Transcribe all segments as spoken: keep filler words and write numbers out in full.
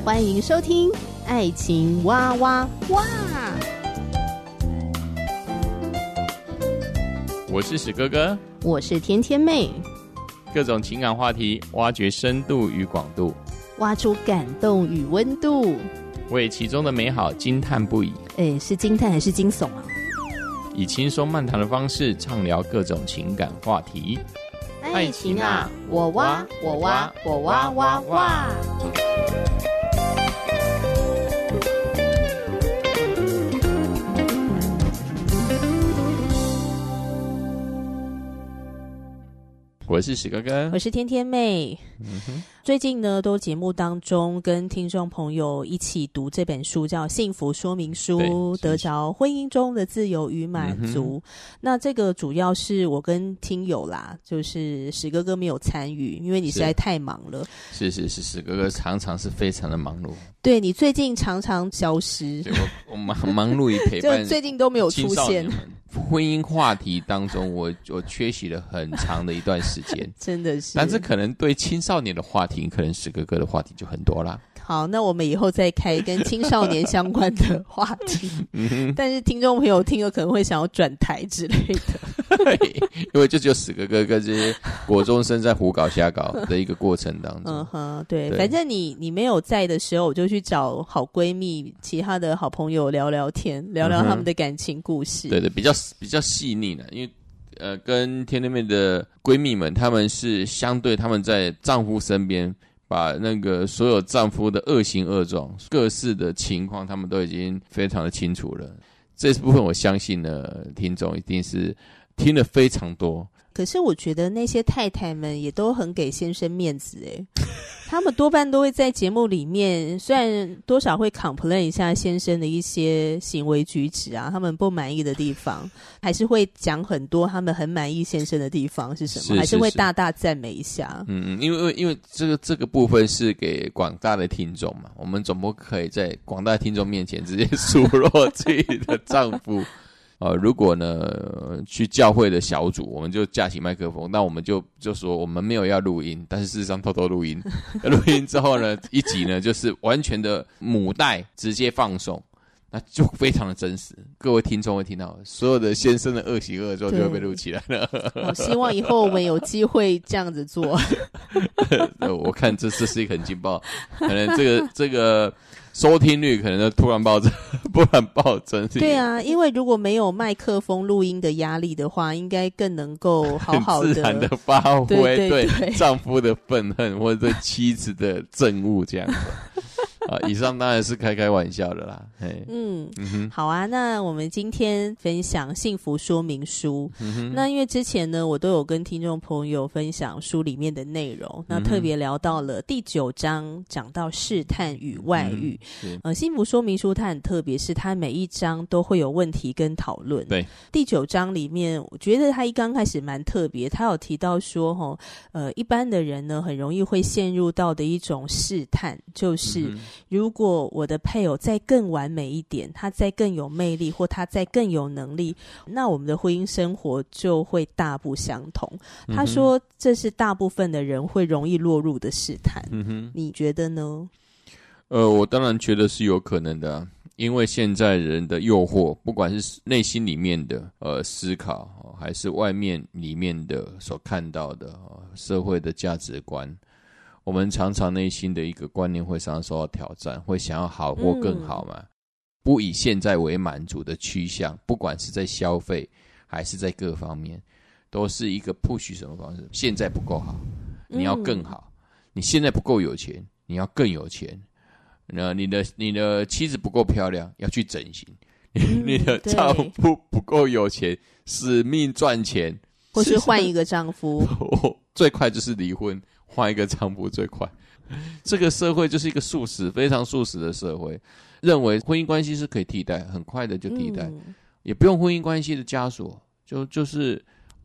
欢迎收听《爱情哇哇哇》。 我是史哥哥， 我是甜甜妹， 各种情感话题，挖掘深度与广度， 挖出感动与温度， 为其中的美好惊叹不已。 哎，是惊叹还是惊悚啊？ 以轻松漫谈的方式畅聊各种情感话题。 爱情啊，我挖我挖我挖挖挖。 我是史哥哥， 我是甜甜妹。 嗯哼， 最近呢，都节目当中跟听众朋友一起读这本书，叫《幸福说明书》，得着婚姻中的自由与满足。嗯、那这个主要是我跟听友啦，就是史哥哥没有参与，因为你实在太忙了。 是是是，史哥哥常常是非常的忙碌。 对，你最近常常消失， 对我我忙忙碌于陪伴， 就最近都没有出现。 婚姻话题当中我，我缺席了很长的一段时间， 真的是。 但是可能对青少年的话题，可能史哥哥的话题就很多啦。 好，那我们以后再开跟青少年相关的话题。嗯、但是听众朋友听了可能会想要转台之类的， 因为就只有史哥哥跟这些国中生在胡搞瞎搞的一个过程当中。 嗯哼，对，对反正你你没有在的时候，我就去找好闺蜜、其他的好朋友聊聊天，聊聊他们的感情故事。嗯、 对对，比较比较细腻的，因为。呃，跟甜甜妹的闺蜜们，她们是相对她们在丈夫身边，把那个所有丈夫的恶行恶状、各式的情况，她们都已经非常的清楚了。这部分我相信呢，听众一定是听了非常多。 可是我觉得那些太太们也都很给先生面子诶，他们多半都会在节目里面，虽然多少会 complain 一下先生的一些行为举止啊，他们不满意的地方，还是会讲很多他们很满意先生的地方是什么，是是是还是会大大赞美一下。 嗯，因为因为这个这个部分是给广大的听众嘛，我们总不可以在广大的听众面前直接数落自己的丈夫。呃，如果呢去教会的小组，我们就架起麦克风，那我们就就说我们没有要录音，但是事实上偷偷录音。录音之后呢，一集呢就是完全的母带直接放送，那就非常的真实。各位听众会听到所有的先生的恶行恶状就会被录起来了。 我希望以后我们有机会这样子做。 我看这这是一个很劲爆，可能这个这个。收听率可能就突然暴增，突然暴增。 对啊，因为如果没有麦克风录音的压力的话，应该更能够好好的、 自然的发挥对, 对, 对丈夫的愤恨或者对妻子的憎恶这样子。啊，以上当然是开开玩笑的啦。 嗯, 嗯哼好啊，那我们今天分享幸福说明书。嗯、那因为之前呢，我都有跟听众朋友分享书里面的内容，那特别聊到了第九章，讲到试探与外遇。嗯、呃，幸福说明书它很特别，是它每一章都会有问题跟讨论。 对， 第九章里面，我觉得它一刚开始蛮特别，它有提到说，齁，呃，一般的人呢，很容易会陷入到的一种试探，就是。嗯如果我的配偶再更完美一点，他再更有魅力，或他再更有能力，那我们的婚姻生活就会大不相同。嗯、他说这是大部分的人会容易落入的试探。嗯哼，你觉得呢？ 呃，我当然觉得是有可能的、啊，因为现在人的诱惑，不管是内心里面的呃思考，还是外面里面的所看到的、呃、社会的价值观。我们常常内心的一个观念会常常受到挑战，会想要好或更好嘛、嗯、不以现在为满足的趋向，不管是在消费还是在各方面，都是一个 push 什么方式，现在不够好你要更好、嗯、你现在不够有钱你要更有钱，那你的你的妻子不够漂亮要去整形、嗯、你的丈夫不够有钱死命赚钱， 或是换一个丈夫最快就是离婚，换一个丈夫最快。这个社会就是一个速食，非常速食的社会，认为婚姻关系是可以替代，很快的就替代、嗯、也不用婚姻关系的枷锁，就就是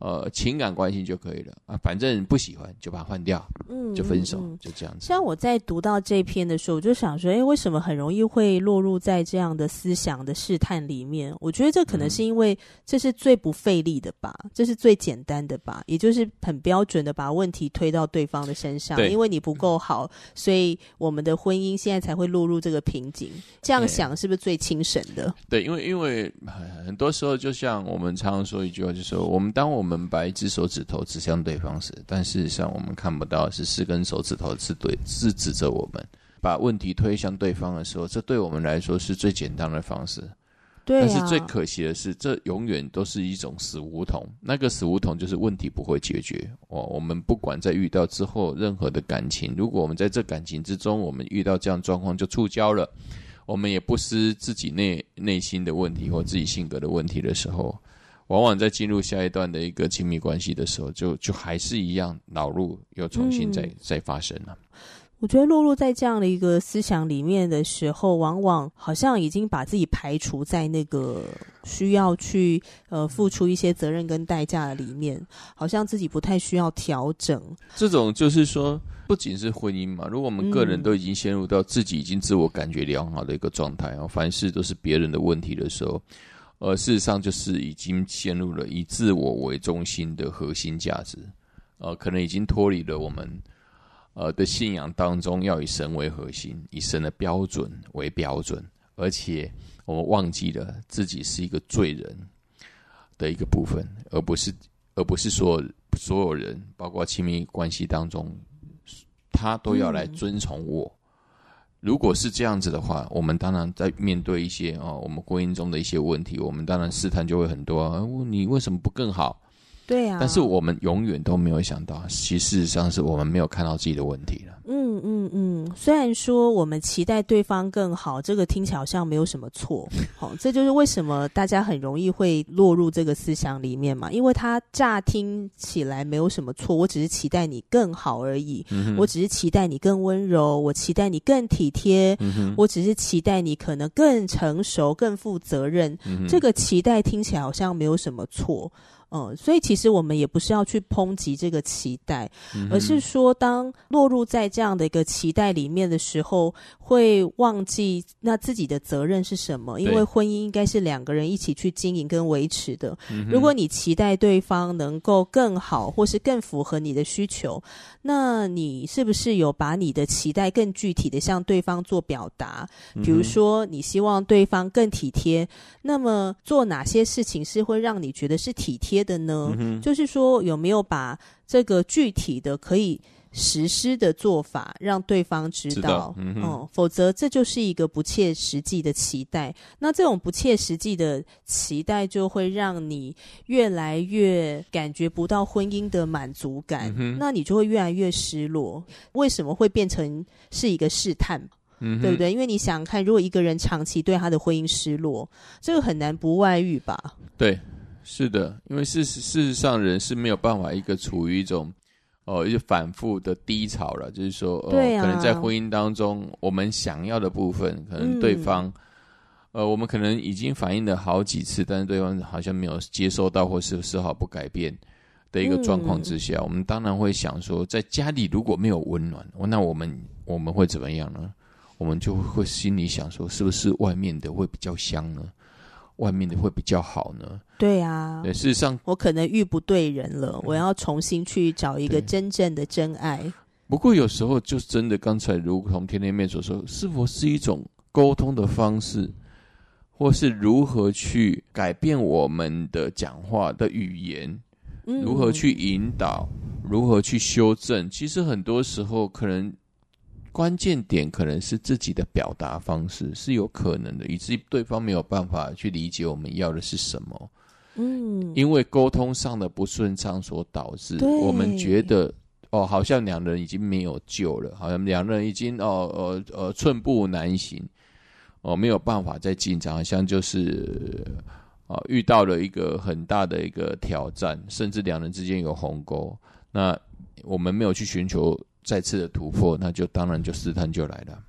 呃情感关系就可以了啊，反正不喜欢就把它换掉，嗯，就分手，嗯嗯、就这样子。 像我在读到这篇的时候，我就想说，哎，为什么很容易会落入在这样的思想的试探里面？我觉得这可能是因为这是最不费力的吧，嗯、这是最简单的吧，也就是很标准的把问题推到对方的身上，因为你不够好，所以我们的婚姻现在才会落入这个瓶颈。这样想是不是最轻省的？ 对，因为因为很多时候，就像我们常常说一句话，就是说，我们当我们把一只手指头指向对方时，但事实上我们看不到是四根手指头是对是指着我们。把问题推向对方的时候，这对我们来说是最简单的方式。 对啊， 但是最可惜的是，这永远都是一种死胡同。那个死胡同就是问题不会解决。哦，我们不管在遇到之后任何的感情，如果我们在这感情之中，我们遇到这样的状况就触礁了，我们也不失自己内内心的问题或自己性格的问题的时候，往往在进入下一段的一个亲密关系的时候，就就还是一样老路又重新再、嗯、再发生了。 我觉得落入在这样的一个思想里面的时候，往往好像已经把自己排除在那个需要去呃付出一些责任跟代价的里面，好像自己不太需要调整。 这种就是说，不仅是婚姻嘛，如果我们个人都已经陷入到自己已经自我感觉良好的一个状态，嗯、凡事都是别人的问题的时候，呃，事实上就是已经陷入了以自我为中心的核心价值，呃，可能已经脱离了我们呃的信仰当中要以神为核心，以神的标准为标准，而且我们忘记了自己是一个罪人的一个部分，而不是而不是说所有人，包括亲密关系当中，他都要来遵从我。嗯、如果是这样子的话，我们当然在面对一些哦我们婚姻中的一些问题，我们当然试探就会很多啊，你为什么不更好？ 对啊， 但是我们永远都没有想到，其实事实上是我们没有看到自己的问题了。 嗯嗯嗯，虽然说我们期待对方更好，这个听起来好像没有什么错，好，这就是为什么大家很容易会落入这个思想里面嘛，因为他乍听起来没有什么错，我只是期待你更好而已，嗯、我只是期待你更温柔，我期待你更体贴，嗯、我只是期待你可能更成熟、更负责任，嗯、这个期待听起来好像没有什么错。嗯，所以其实我们也不是要去抨击这个期待，嗯、而是说当落入在这样的一个期待里面的时候，会忘记那自己的责任是什么，因为婚姻应该是两个人一起去经营跟维持的。如果你期待对方能够更好或是更符合你的需求，那你是不是有把你的期待更具体的向对方做表达？比如说你希望对方更体贴，那么做哪些事情是会让你觉得是体贴的呢？嗯、就是说有没有把这个具体的可以实施的做法让对方知道, 知道、嗯嗯、否则这就是一个不切实际的期待。那这种不切实际的期待就会让你越来越感觉不到婚姻的满足感、嗯、那你就会越来越失落。为什么会变成是一个试探？嗯、对不对？因为你想想看，如果一个人长期对他的婚姻失落，这个很难不外遇吧？ 对，是的，因为事实事实上人是没有办法一个处于一种哦一个反复的低潮了，就是说哦、对啊、可能在婚姻当中我们想要的部分，可能对方、嗯、呃我们可能已经反映了好几次，但是对方好像没有接受到或是丝毫不改变的一个状况之下、嗯、我们当然会想说，在家里如果没有温暖，那我们我们会怎么样呢？我们就会心里想说，是不是外面的会比较香呢？外面的会比较好呢？ 对啊， 对，事实上我可能遇不对人了、嗯、我要重新去找一个真正的真爱。 不过有时候就真的刚才如同天天妹所说，是否是一种沟通的方式，或是如何去改变我们的讲话的语言、嗯、如何去引导，如何去修正，其实很多时候可能关键点可能是自己的表达方式是有可能的，以至于对方没有办法去理解我们要的是什么。嗯，因为沟通上的不顺畅所导致，我们觉得哦，好像两人已经没有救了，好像两人已经哦呃呃寸步难行，哦没有办法再进展，好像就是哦遇到了一个很大的一个挑战，甚至两人之间有鸿沟，那我们没有去寻求再次的突破，那就当然就试探就来了。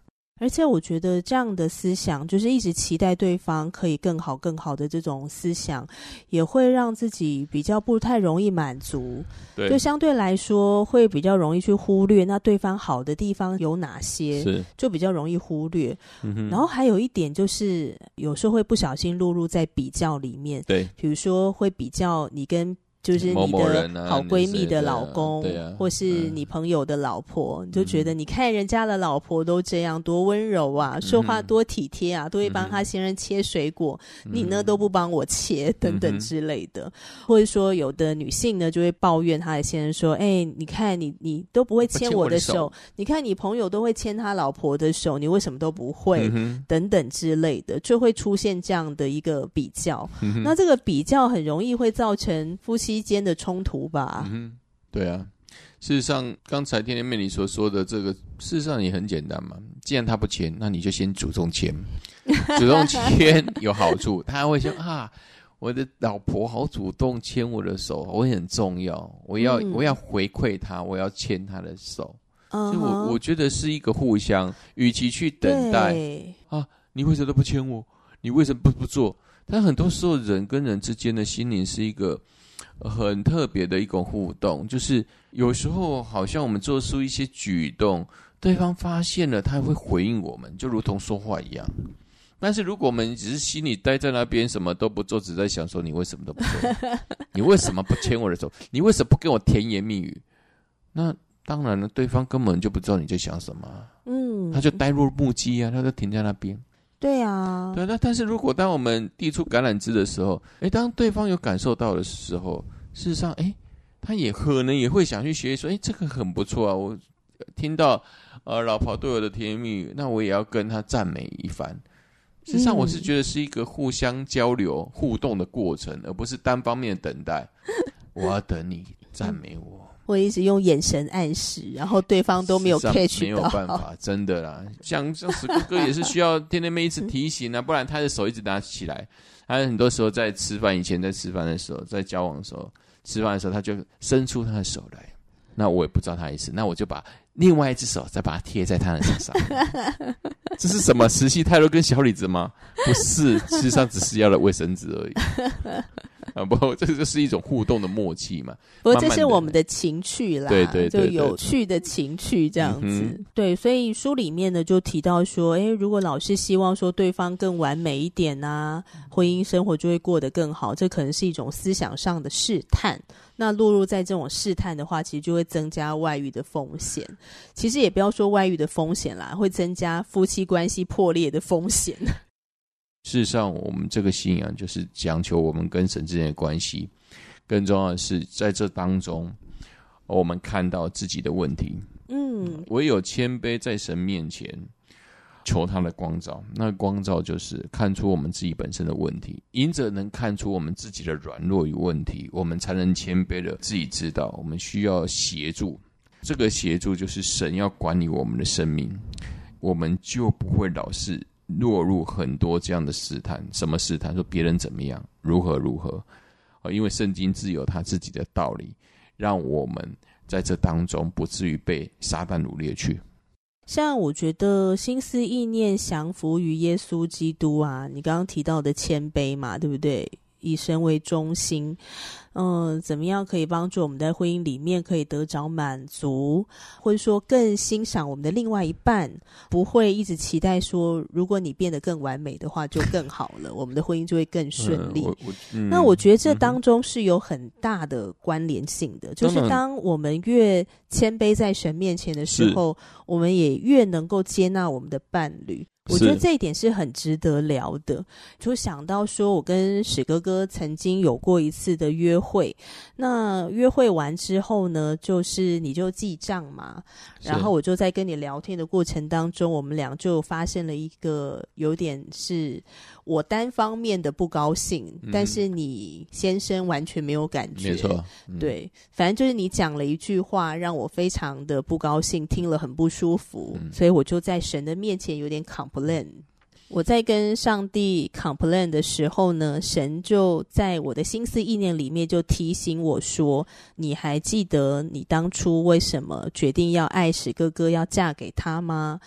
而且我觉得这样的思想，就是一直期待对方可以更好更好的这种思想，也会让自己比较不太容易满足， 对， 就相对来说会比较容易去忽略那对方好的地方有哪些， 是就比较容易忽略、 嗯、 然后还有一点就是有时候会不小心落入在比较里面， 对， 比如说会比较你跟就是你的好闺蜜的老公， 某某人啊啊或是你朋友的老婆、嗯、你就觉得你看人家的老婆都这样多温柔啊、嗯、说话多体贴啊、嗯、都会帮他先生切水果、嗯、你呢都不帮我切等等之类的、嗯、或者说有的女性呢就会抱怨她的先生说，哎、欸，你看你你都不会牵我的手，的手你看你朋友都会牵他老婆的手，你为什么都不会、嗯、等等之类的，就会出现这样的一个比较、嗯、那这个比较很容易会造成夫妻之间的冲突吧、 嗯、对啊，事实上刚才天天妹你所说的这个事实上也很简单嘛，既然他不签，那你就先主动签主动签有好处，他会说啊，我的老婆好主动牵我的手，我很重要，我要、嗯、我要回馈他，我要牵他的手、uh-huh. 所以我我觉得是一个互相，与其去等待啊，你为什么都不牵我，你为什么不不做，但很多时候人跟人之间的心灵是一个很特别的一种互动，就是有时候好像我们做出一些举动，对方发现了他会回应我们，就如同说话一样。但是如果我们只是心里待在那边什么都不做，只在想说你为什么都不做你为什么不牵我的手，你为什么不跟我甜言蜜语，那当然了，对方根本就不知道你在想什么，嗯，他就呆若木鸡啊，他就停在那边。 对啊， 对，但是如果当我们递出橄榄枝的时候，诶，当对方有感受到的时候，事实上，诶，他也可能也会想去学习说，诶，这个很不错啊，我听到呃老婆对我的甜言蜜语，那我也要跟他赞美一番。事实上，我是觉得是一个互相交流、互动的过程，而不是单方面的等待。我要等你赞美我。 我一直用眼神暗示，然后对方都没有 catch 到， 没有办法，真的啦。像像史哥哥也是需要天天妹一直提醒啊，不然他的手一直拿起来。他很多时候在吃饭以前，在吃饭的时候，在交往的时候，吃饭的时候，他就伸出他的手来，那我也不知道他意思，那我就把另外一只手再把它贴在他的手上。这是什么慈禧太后跟小李子吗？不是，事实上只是要了卫生纸而已。啊，不，这就是一种互动的默契嘛。 不过这是我们的情趣啦， 对对 对, 对, 对， 就有趣的情趣这样子、嗯。对，所以书里面呢就提到说，哎，如果老是希望说对方更完美一点啊，婚姻生活就会过得更好，这可能是一种思想上的试探。那落入在这种试探的话，其实就会增加外遇的风险。其实也不要说外遇的风险啦，会增加夫妻关系破裂的风险。 事实上，我们这个信仰就是讲求我们跟神之间的关系，更重要的是在这当中，我们看到自己的问题。嗯，唯有谦卑在神面前求他的光照，那光照就是看出我们自己本身的问题，因着能看出我们自己的软弱与问题，我们才能谦卑的自己知道我们需要协助。这个协助就是神要管理我们的生命，我们就不会老是落入很多这样的试探。什么试探？说别人怎么样，如何如何。因为圣经自有他自己的道理，让我们在这当中不至于被撒旦掳掠去。 像我觉得心思意念降服于耶稣基督啊，你刚刚提到的谦卑嘛，对不对？以神为中心，嗯，怎么样可以帮助我们在婚姻里面可以得着满足，或者说更欣赏我们的另外一半，不会一直期待说如果你变得更完美的话就更好了，我们的婚姻就会更顺利、嗯我嗯、那我觉得这当中是有很大的关联性的、嗯、就是当我们越谦卑在神面前的时候，我们也越能够接纳我们的伴侣。我觉得这一点是很值得聊的。就想到说我跟史哥哥曾经有过一次的约会，那约会完之后呢，就是你就记账嘛，然后我就在跟你聊天的过程当中，我们俩就发生了一个有点是我单方面的不高兴、嗯、但是你先生完全没有感觉。 没错、 嗯、对，反正就是你讲了一句话让我非常的不高兴，听了很不舒服、嗯、所以我就在神的面前有点 complain。我在跟上帝 complain 的时候呢，神就在我的心思意念里面就提醒我说，你还记得你当初为什么决定要爱史哥哥，要嫁给他吗？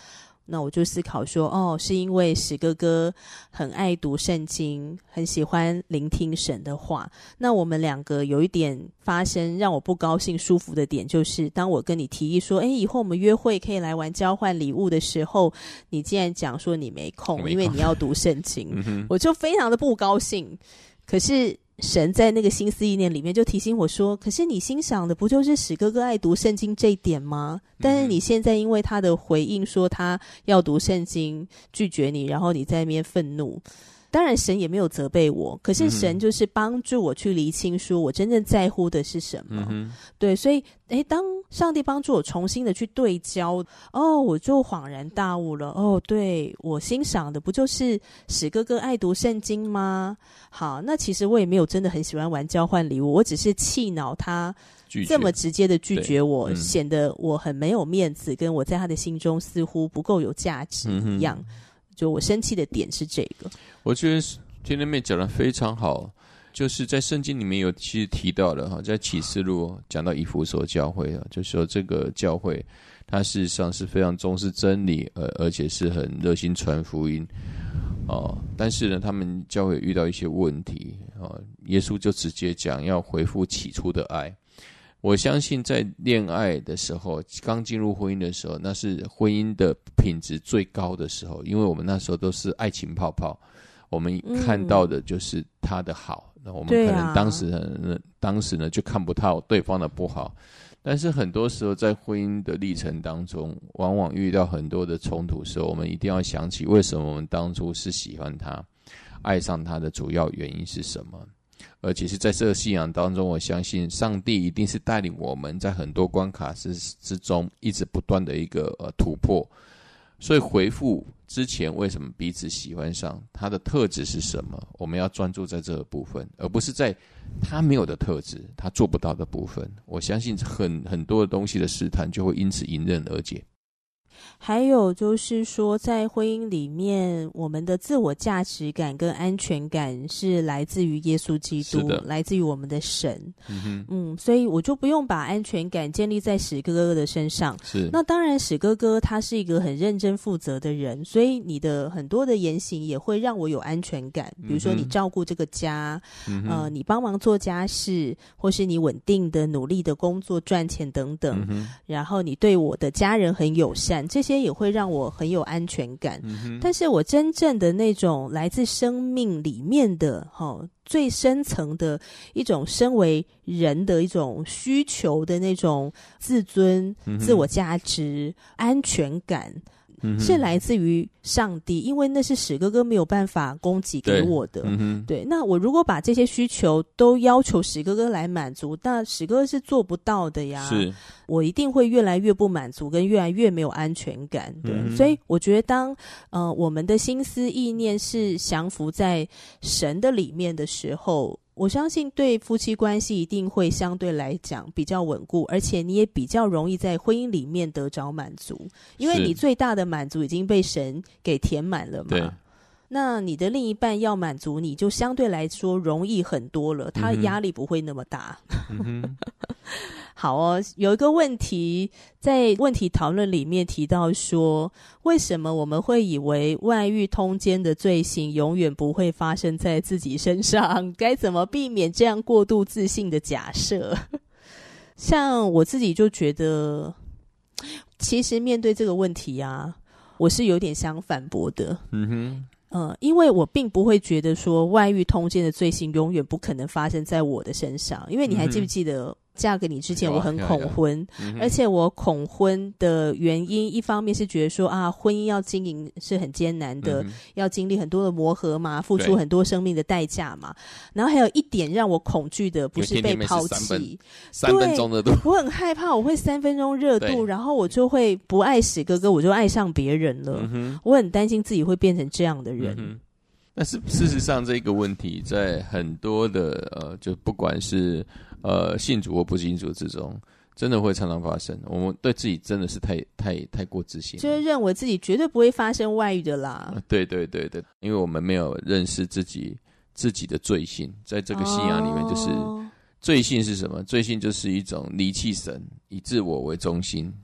那我就思考说，哦，是因为史哥哥很爱读圣经，很喜欢聆听神的话。那我们两个有一点发生让我不高兴舒服的点，就是当我跟你提议说，诶，以后我们约会可以来玩交换礼物的时候，你竟然讲说你没空， 没空因为你要读圣经、 嗯、 我就非常的不高兴。可是神在那个心思意念里面就提醒我说，可是你欣赏的不就是史哥哥爱读圣经这一点吗？但是你现在因为他的回应说他要读圣经拒绝你，然后你在那边愤怒。当然神也没有责备我，可是神就是帮助我去厘清说我真正在乎的是什么、嗯、对，所以诶，当上帝帮助我重新的去对焦，哦，我就恍然大悟了，哦，对，我欣赏的不就是史哥哥爱读圣经吗？好，那其实我也没有真的很喜欢玩交换礼物，我只是气恼他这么直接的拒绝我、嗯、显得我很没有面子，跟我在他的心中似乎不够有价值一样、嗯，就我生气的点是这个。 我觉得天天妹讲得非常好，就是在圣经里面有其实提到的，在启示录讲到以弗所教会，就说这个教会它事实上是非常重视真理，而而且是很热心传福音、哦、但是呢他们教会遇到一些问题、哦、耶稣就直接讲要恢复起初的爱。我相信在恋爱的时候，刚进入婚姻的时候，那是婚姻的品质最高的时候，因为我们那时候都是爱情泡泡，我们看到的就是他的好、嗯、那我们可能当时呢、啊、当时呢就看不到对方的不好。但是很多时候在婚姻的历程当中，往往遇到很多的冲突的时候，我们一定要想起为什么我们当初是喜欢他，爱上他的主要原因是什么。而且是在这个信仰当中，我相信上帝一定是带领我们在很多关卡之之中一直不断的一个呃突破。所以回复之前为什么彼此喜欢上，他的特质是什么，我们要专注在这个部分，而不是在他没有的特质，他做不到的部分。我相信很很多的东西的试探就会因此迎刃而解。 还有就是说，在婚姻里面，我们的自我价值感跟安全感是来自于耶稣基督，来自于我们的神。嗯哼，嗯，所以我就不用把安全感建立在史哥哥的身上。是，那当然，史哥哥他是一个很认真负责的人，所以你的很多的言行也会让我有安全感。比如说，你照顾这个家，嗯、呃，你帮忙做家事，或是你稳定的努力的工作赚钱等等。嗯、然后你对我的家人很友善。这些也会让我很有安全感、嗯、但是我真正的那种来自生命里面的、哦、最深层的一种身为人的一种需求的那种自尊、嗯、自我价值、安全感，是来自于上帝，因为那是史哥哥没有办法供给给我的。 对,、嗯、对，那我如果把这些需求都要求史哥哥来满足，那史哥哥是做不到的呀。是，我一定会越来越不满足，跟越来越没有安全感。对、嗯、所以我觉得当呃我们的心思意念是降服在神的里面的时候，我相信对夫妻关系一定会相对来讲比较稳固，而且你也比较容易在婚姻里面得着满足，因为你最大的满足已经被神给填满了嘛。对，那你的另一半要满足你，就相对来说容易很多了，他压力不会那么大。嗯好哦，有一个问题在问题讨论里面提到说，为什么我们会以为外遇通奸的罪行永远不会发生在自己身上？该怎么避免这样过度自信的假设？像我自己就觉得，其实面对这个问题啊，我是有点想反驳的。嗯哼。呃，因为我并不会觉得说外遇通奸的罪行永远不可能发生在我的身上，因为你还记不记得嫁给你之前我很恐婚、嗯、而且我恐婚的原因一方面是觉得说啊，婚姻要经营是很艰难的、嗯、要经历很多的磨合嘛，付出很多生命的代价嘛，然后还有一点让我恐惧的不是被抛弃， 三分钟热度， 我很害怕我会三分钟热度，然后我就会不爱史哥哥，我就爱上别人了、嗯、我很担心自己会变成这样的人、嗯， 但是事实上这个问题在很多的呃，就不管是呃信主或不信主之中，真的会常常发生。我们对自己真的是太太太过自信了， 就是认为自己绝对不会发生外遇的啦、 呃、对对对对，因为我们没有认识自己自己的罪性。在这个信仰里面，就是、哦、罪性是什么？罪性就是一种离弃神，以自我为中心，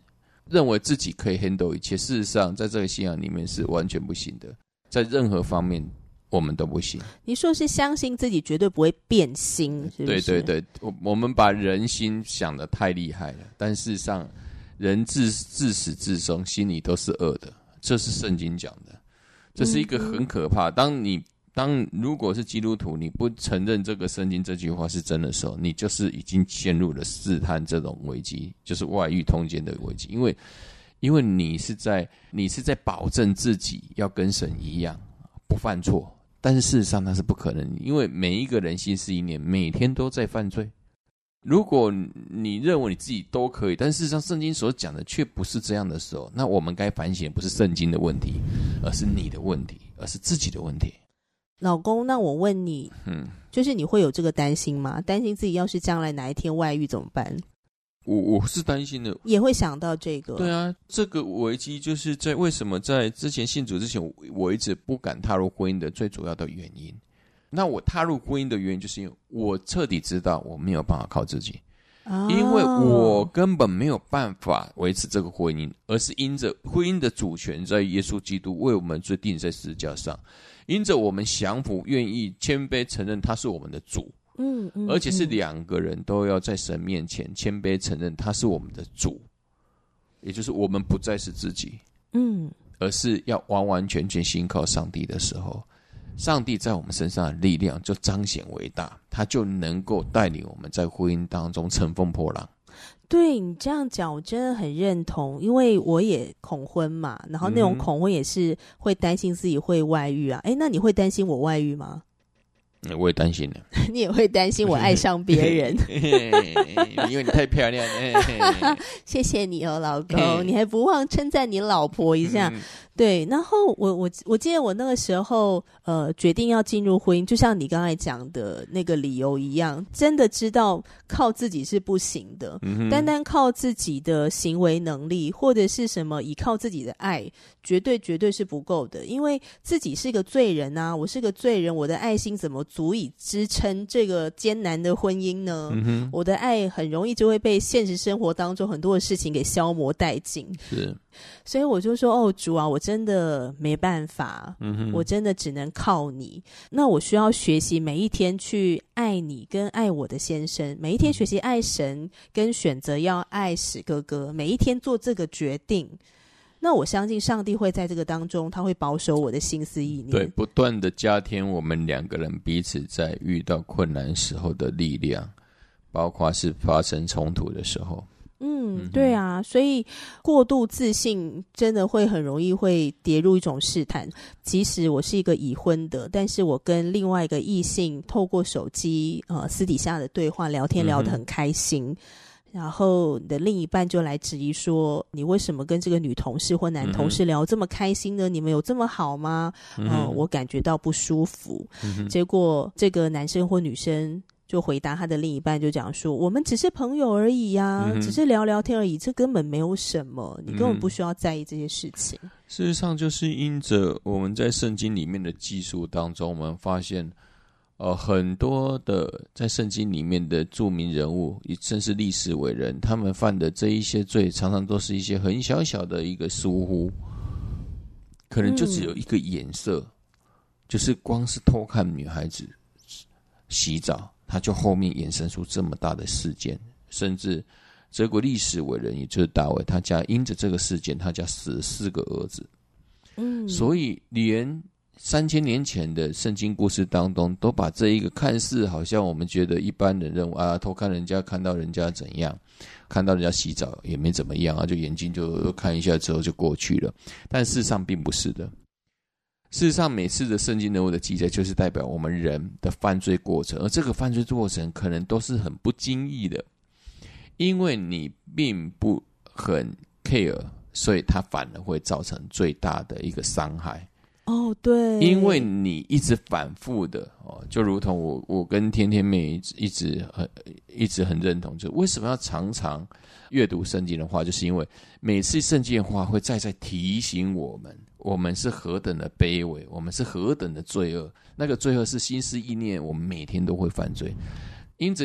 认为自己可以 handle 一切，事实上在这个信仰里面是完全不行的，在任何方面我们都不行。 你说是相信自己绝对不会变心，是不是？ 对对对，我我们把人心想得太厉害了，但事实上人自自始至终心里都是恶的，这是圣经讲的，这是一个很可怕。当你当如果是基督徒，你不承认这个圣经这句话是真的时候，你就是已经陷入了试探这种危机，就是外遇通奸的危机。因为因为你是在你是在保证自己要跟神一样不犯错，但是事实上那是不可能，因为每一个人心思意念每天都在犯罪。如果你认为你自己都可以，但事实上圣经所讲的却不是这样的时候，那我们该反省的不是圣经的问题，而是你的问题，而是自己的问题。 老公，那我问你，嗯，就是你会有这个担心吗？担心自己要是将来哪一天外遇怎么办？ 我我是担心的， 也会想到这个。 对啊，这个危机就是在为什么在之前信主之前，我一直不敢踏入婚姻的最主要的原因。那我踏入婚姻的原因，就是因为我彻底知道我没有办法靠自己，哦，因为我根本没有办法维持这个婚姻，而是因着婚姻的主权在耶稣基督为我们罪钉在十字架上，因着我们降服，愿意谦卑承认他是我们的主。嗯嗯，而且是两个人都要在神面前谦卑承认他是我们的主，也就是我们不再是自己，嗯，而是要完完全全信靠上帝的时候，上帝在我们身上的力量就彰显为大，他就能够带领我们在婚姻当中乘风破浪。 对，你这样讲我真的很认同，因为我也恐婚嘛，然后那种恐婚也是会担心自己会外遇啊。诶，那你会担心我外遇吗？ 我也担心了。 你也会担心我爱上别人因为你太漂亮了谢谢你哦老公你还不忘称赞你老婆一下、嗯、对，然后我我我记得我那个时候呃决定要进入婚姻，就像你刚才讲的那个理由一样，真的知道靠自己是不行的、嗯、单单靠自己的行为能力或者是什么依靠自己的爱绝对绝对是不够的，因为自己是个罪人啊，我是个罪人，我的爱心怎么足以支撑这个艰难的婚姻呢、嗯、我的爱很容易就会被现实生活当中很多的事情给消磨殆尽。 是， 所以我就说哦主啊，我真的没办法、嗯、我真的只能靠你，那我需要学习每一天去爱你跟爱我的先生，每一天学习爱神跟选择要爱史哥哥，每一天做这个决定，那我相信上帝会在这个当中他会保守我的心思意念， 对，不断的加添我们两个人彼此在遇到困难时候的力量，包括是发生冲突的时候。 嗯，对啊，所以过度自信真的会很容易会跌入一种试探。即使我是一个已婚的，但是我跟另外一个异性透过手机呃私底下的对话聊天聊得很开心、嗯，然后你的另一半就来质疑说，你为什么跟这个女同事或男同事聊这么开心呢？你们有这么好吗？嗯、呃，我感觉到不舒服、嗯、结果这个男生或女生就回答他的另一半，就讲说我们只是朋友而已呀、啊嗯，只是聊聊天而已，这根本没有什么，你根本不需要在意这些事情、嗯、 事实上就是因着我们在圣经里面的记述当中，我们发现呃，很多的在圣经里面的著名人物甚至历史伟人，他们犯的这一些罪常常都是一些很小小的一个疏忽，可能就只有一个眼色、嗯、就是光是偷看女孩子洗澡，他就后面衍生出这么大的事件，甚至这个历史伟人也就是大卫，他家因着这个事件他家死了四个儿子。嗯，所以连三千年前的圣经故事当中都把这一个看似好像我们觉得一般人认为啊，偷看人家看到人家怎样，看到人家洗澡也没怎么样啊，就眼睛就看一下之后就过去了，但事实上并不是的。事实上每次的圣经人物的记载就是代表我们人的犯罪过程，而这个犯罪过程可能都是很不经意的，因为你并不很 care， 所以它反而会造成最大的一个伤害。 哦，对， 因为你一直反复的哦，就如同我我跟天天妹一直一直很一直很认同，就为什么要常常阅读圣经的话，就是因为每次圣经的话会再再提醒我们，我们是何等的卑微，我们是何等的罪恶，那个罪恶是心思意念，我们每天都会犯罪。因此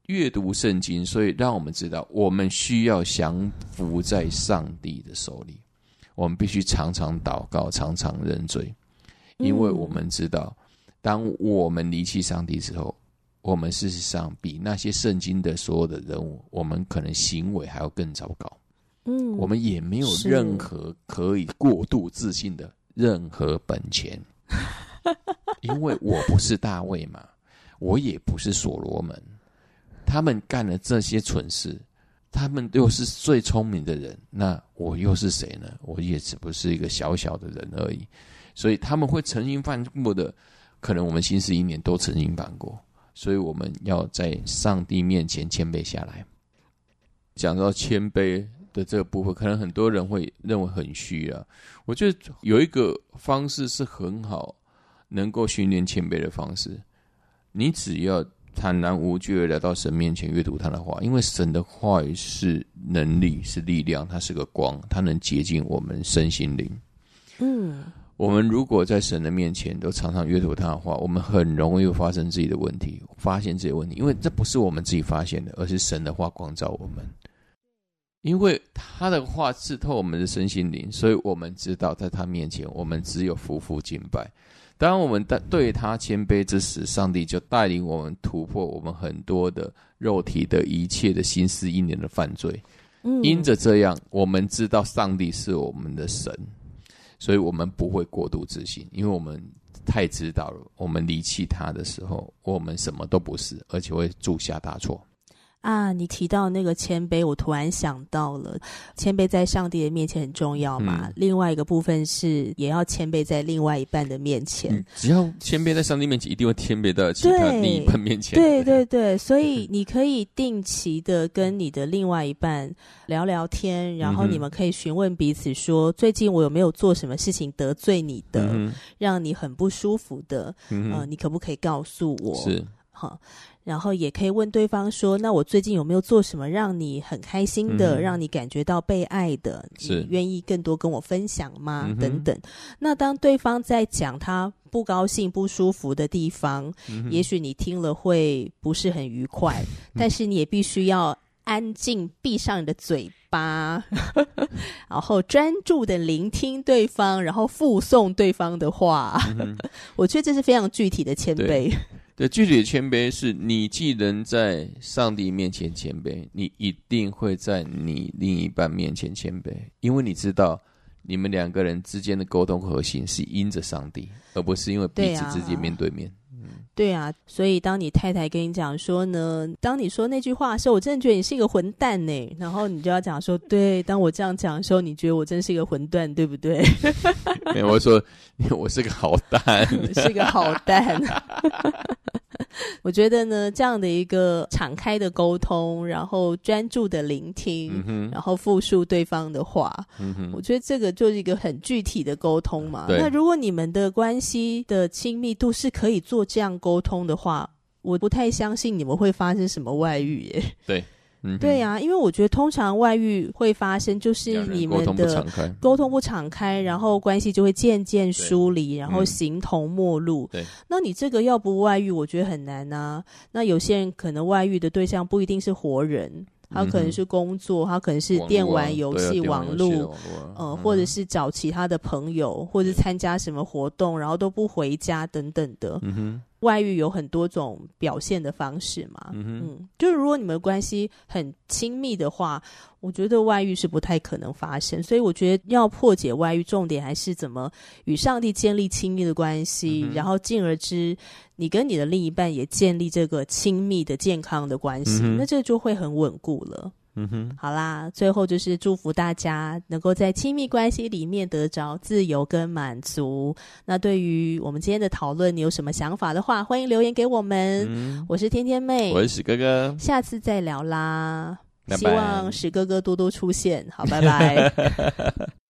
阅读圣经，所以让我们知道我们需要降服在上帝的手里，我们必须常常祷告，常常认罪，因为我们知道当我们离弃上帝之后，我们事实上比那些圣经的所有的人物，我们可能行为还要更糟糕。嗯，我们也没有任何可以过度自信的任何本钱，因为我不是大卫嘛，我也不是所罗门，他们干了这些蠢事，他们又是最聪明的人，那我又是谁呢？我也只不是一个小小的人而已。所以他们会曾经犯过的，可能我们新十一年都曾经犯过，所以我们要在上帝面前谦卑下来。讲到谦卑的这个部分，可能很多人会认为很虚啊。我觉得有一个方式是很好能够训练谦卑的方式，你只要坦然无惧地来到神面前阅读他的话，因为神的话语是能力，是力量，它是个光，它能洁净我们身心灵。嗯，我们如果在神的面前都常常阅读他的话，我们很容易发生自己的问题，发现自己的问题，因为这不是我们自己发现的，而是神的话光照我们。因为他的话刺透我们的身心灵，所以我们知道在他面前我们只有匍匐敬拜。当我们对他谦卑之时，上帝就带领我们突破我们很多的肉体的一切的心思意念的犯罪。嗯，因着这样，我们知道上帝是我们的神，所以我们不会过度自信，因为我们太知道了，我们离弃他的时候，我们什么都不是，而且会铸下大错。 啊，你提到那个谦卑，我突然想到了，谦卑在上帝的面前很重要嘛。嗯、另外一个部分是，也要谦卑在另外一半的面前。嗯、 只要谦卑在上帝面前，一定会谦卑到其他另一半面前。 对对对，所以你可以定期的跟你的另外一半聊聊天，然后你们可以询问彼此说，最近我有没有做什么事情得罪你的，嗯、让你很不舒服的，嗯、呃，你可不可以告诉我？是，好。然后也可以问对方说，那我最近有没有做什么让你很开心的，嗯、让你感觉到被爱的，你愿意更多跟我分享吗？嗯、等等。那当对方在讲他不高兴不舒服的地方，嗯、也许你听了会不是很愉快，嗯、但是你也必须要安静闭上你的嘴巴然后专注的聆听对方，然后附送对方的话。嗯、我觉得这是非常具体的谦卑。 对，具体的谦卑是你既能在上帝面前谦卑，你一定会在你另一半面前谦卑，因为你知道你们两个人之间的沟通核心是因着上帝，而不是因为彼此之间面对面。 对啊，所以当你太太跟你讲说呢，当你说那句话的时候，我真的觉得你是一个混蛋呢，然后你就要讲说，对，当我这样讲的时候，你觉得我真是一个混蛋，对不对？ 没有，我说我是个好蛋， 是个好蛋。我觉得呢，这样的一个敞开的沟通，然后专注的聆听，嗯、然后复述对方的话，嗯、我觉得这个就是一个很具体的沟通嘛。那如果你们的关系的亲密度是可以做这样沟通的话，我不太相信你们会发生什么外遇耶。 对。嗯、 对啊，因为我觉得通常外遇会发生就是你们的沟通不敞开，然后关系就会渐渐疏离，然后形同陌路。对，那你这个要不外遇我觉得很难啊。那有些人可能外遇的对象不一定是活人，他可能是工作，他可能是电玩游戏、网络，呃，或者是找其他的朋友，或者是参加什么活动，然后都不回家等等的。嗯哼，外遇有很多种表现的方式嘛。嗯嗯，就是如果你们的关系很亲密的话，我觉得外遇是不太可能发生。所以我觉得要破解外遇，重点还是怎么与上帝建立亲密的关系，嗯、然后进而之你跟你的另一半也建立这个亲密的健康的关系，嗯、那这就会很稳固了。嗯哼，好啦，最后就是祝福大家能够在亲密关系里面得着自由跟满足。那对于我们今天的讨论，你有什么想法的话，欢迎留言给我们。嗯、我是天天妹， 我是史哥哥， 下次再聊啦。拜拜，希望史哥哥多多出现。好，拜拜。